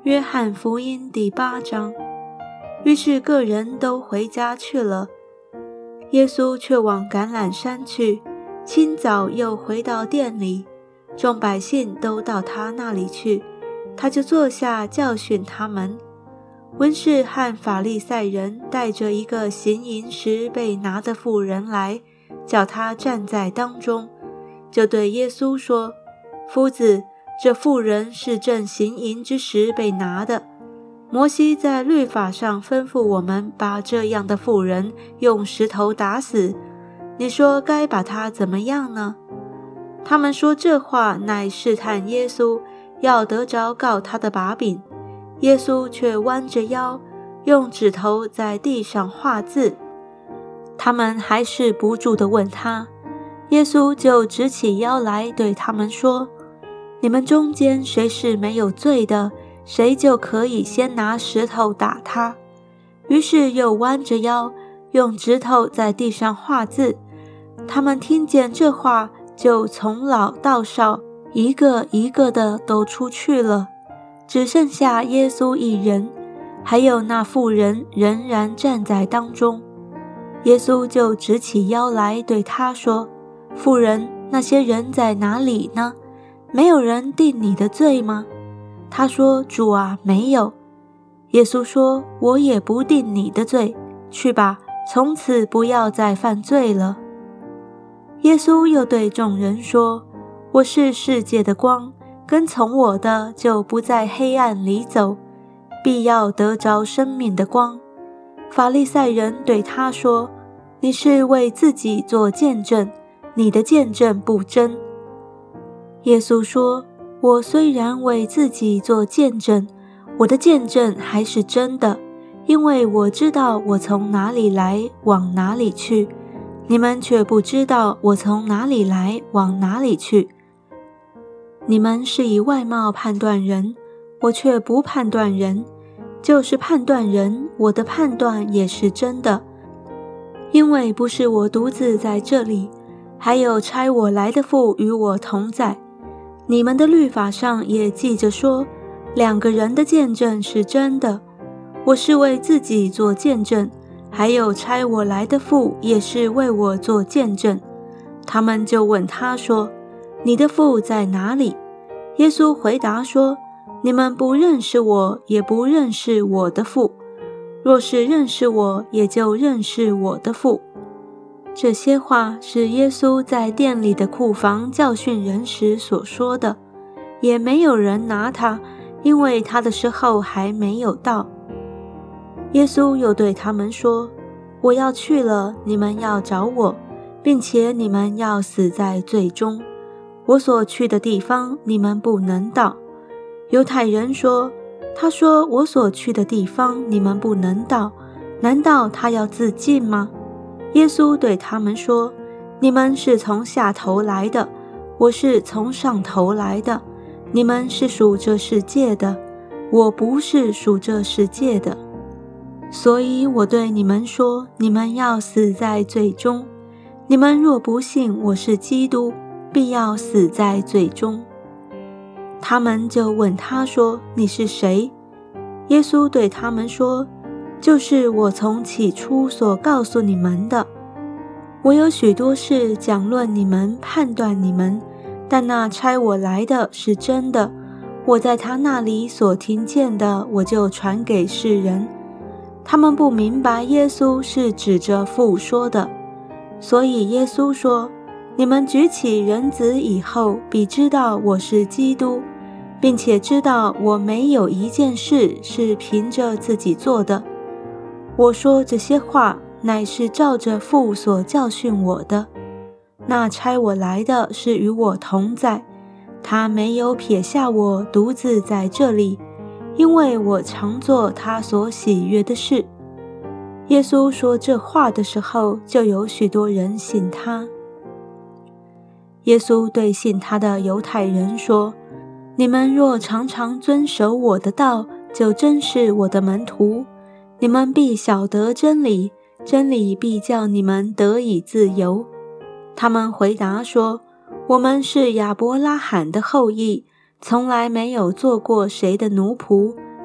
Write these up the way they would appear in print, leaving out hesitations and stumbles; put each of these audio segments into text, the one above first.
约翰福音第8章。于是各人都回家去了，耶稣却往橄榄山去，清早又回到店里，众百姓都到他那里去，他就坐下教训他们。文士和法利赛人带着一个行淫时被拿的妇人来，叫他站在当中，就对耶稣说：夫子，这妇人是正行淫之时被拿的。摩西在律法上吩咐我们把这样的妇人用石头打死，你说该把她怎么样呢？他们说这话乃试探耶稣，要得着告他的把柄。耶稣却弯着腰，用指头在地上画字。他们还是不住地问他，耶稣就直起腰来对他们说：你们中间谁是没有罪的，谁就可以先拿石头打他。于是又弯着腰，用指头在地上画字。他们听见这话，就从老到少，一个一个的都出去了，只剩下耶稣一人，还有那妇人仍然站在当中。耶稣就直起腰来对他说：妇人，那些人在哪里呢？没有人定你的罪吗？他说：主啊，没有。耶稣说：我也不定你的罪，去吧，从此不要再犯罪了。耶稣又对众人说：我是世界的光，跟从我的就不在黑暗里走，必要得着生命的光。法利赛人对他说：你是为自己做见证，你的见证不真。耶稣说：我虽然为自己做见证，我的见证还是真的，因为我知道我从哪里来，往哪里去，你们却不知道我从哪里来，往哪里去。你们是以外貌判断人，我却不判断人，就是判断人，我的判断也是真的。因为不是我独自在这里，还有差我来的父与我同在。你们的律法上也记着说，两个人的见证是真的。我是为自己做见证，还有差我来的父也是为我做见证。他们就问他说：你的父在哪里？耶稣回答说：你们不认识我，也不认识我的父。若是认识我，也就认识我的父。这些话是耶稣在店里的库房教训人时所说的，也没有人拿他，因为他的时候还没有到。耶稣又对他们说：我要去了，你们要找我，并且你们要死在罪中。我所去的地方，你们不能到。犹太人说：他说我所去的地方，你们不能到，难道他要自尽吗？耶稣对他们说：你们是从下头来的，我是从上头来的。你们是属这世界的，我不是属这世界的。所以我对你们说，你们要死在罪中。你们若不信我是基督，必要死在罪中。他们就问他说：你是谁？耶稣对他们说：就是我从起初所告诉你们的。我有许多事讲论你们，判断你们，但那差我来的是真的，我在他那里所听见的，我就传给世人。他们不明白耶稣是指着父说的，所以耶稣说：你们举起人子以后，必知道我是基督，并且知道我没有一件事是凭着自己做的。我说这些话，乃是照着父所教训我的。那差我来的是与我同在，他没有撇下我独自在这里，因为我常做他所喜悦的事。耶稣说这话的时候，就有许多人信他。耶稣对信他的犹太人说：你们若常常遵守我的道，就真是我的门徒。你们必晓得真理，真理必叫你们得以自由。他们回答说：我们是亚伯拉罕的后裔，从来没有做过谁的奴仆，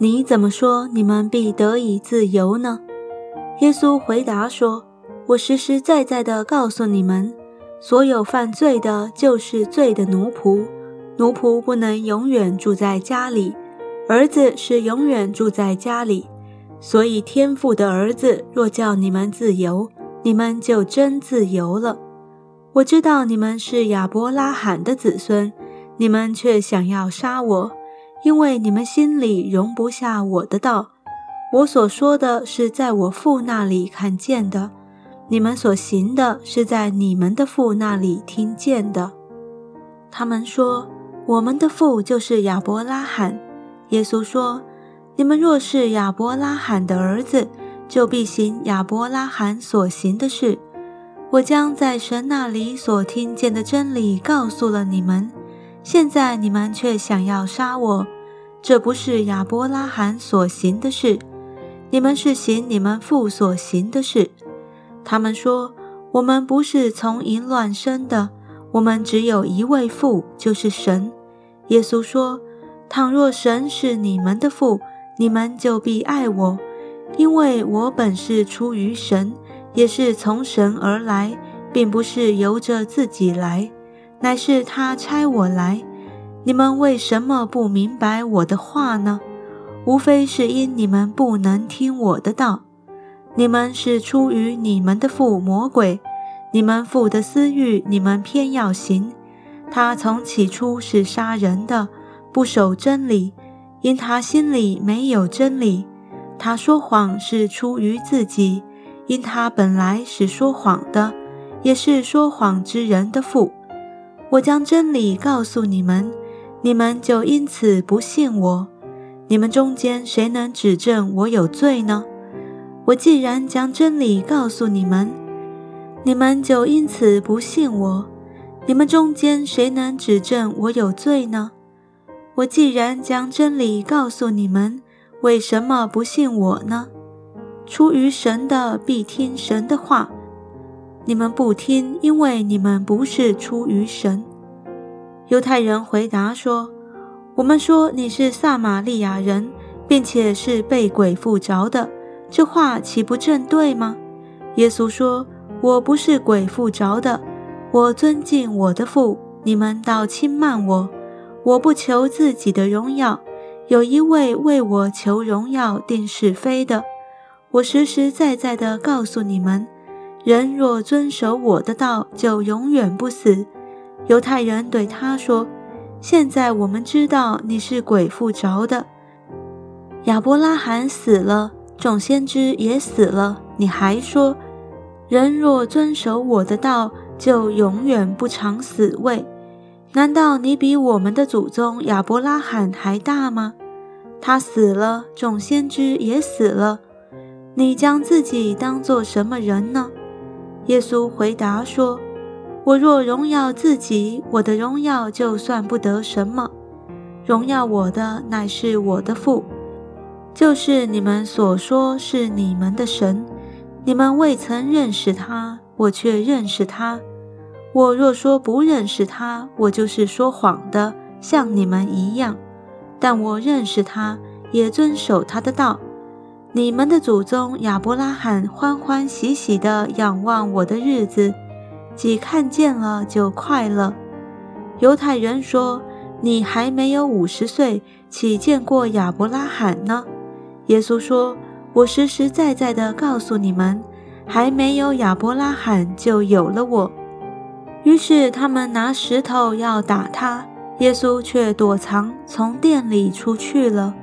你怎么说你们必得以自由呢？耶稣回答说，我实实在在地告诉你们，所有犯罪的就是罪的奴仆，奴仆不能永远住在家里，儿子是永远住在家里。所以天父的儿子若叫你们自由，你们就真自由了。我知道你们是亚伯拉罕的子孙，你们却想要杀我，因为你们心里容不下我的道。我所说的是在我父那里看见的，你们所行的是在你们的父那里听见的。他们说，我们的父就是亚伯拉罕。耶稣说，你们若是亚伯拉罕的儿子，就必行亚伯拉罕所行的事。我将在神那里所听见的真理告诉了你们，现在你们却想要杀我，这不是亚伯拉罕所行的事，你们是行你们父所行的事。他们说，我们不是从淫乱生的，我们只有一位父，就是神。耶稣说，倘若神是你们的父，你们就必爱我，因为我本是出于神，也是从神而来，并不是由着自己来，乃是他差我来。你们为什么不明白我的话呢？无非是因你们不能听我的道。你们是出于你们的父魔鬼，你们父的私欲你们偏要行。他从起初是杀人的，不守真理，因他心里没有真理。他说谎是出于自己，因他本来是说谎的，也是说谎之人的父。我将真理告诉你们，你们就因此不信我。你们中间谁能指证我有罪呢？我既然将真理告诉你们，你们就因此不信我。你们中间谁能指证我有罪呢？我既然将真理告诉你们，为什么不信我呢？出于神的必听神的话，你们不听，因为你们不是出于神。犹太人回答说，我们说你是撒玛利亚人，并且是被鬼附着的，这话岂不正对吗？耶稣说，我不是鬼附着的，我尊敬我的父，你们倒轻慢我。我不求自己的荣耀，有一位为我求荣耀定是非的。我实实在在地告诉你们，人若遵守我的道，就永远不死。犹太人对他说，现在我们知道你是鬼附着的。亚伯拉罕死了，众先知也死了，你还说，人若遵守我的道，就永远不尝死味。难道你比我们的祖宗亚伯拉罕还大吗？他死了，众先知也死了，你将自己当作什么人呢？耶稣回答说，我若荣耀自己，我的荣耀就算不得什么。荣耀我的乃是我的父，就是你们所说是你们的神。你们未曾认识他，我却认识他。我若说不认识他，我就是说谎的，像你们一样。但我认识他，也遵守他的道。你们的祖宗亚伯拉罕欢欢喜喜地仰望我的日子，既看见了就快乐。犹太人说，你还没有50岁，岂见过亚伯拉罕呢？耶稣说，我实实在在地告诉你们，还没有亚伯拉罕就有了我。于是他们拿石头要打他，耶稣却躲藏，从殿里出去了。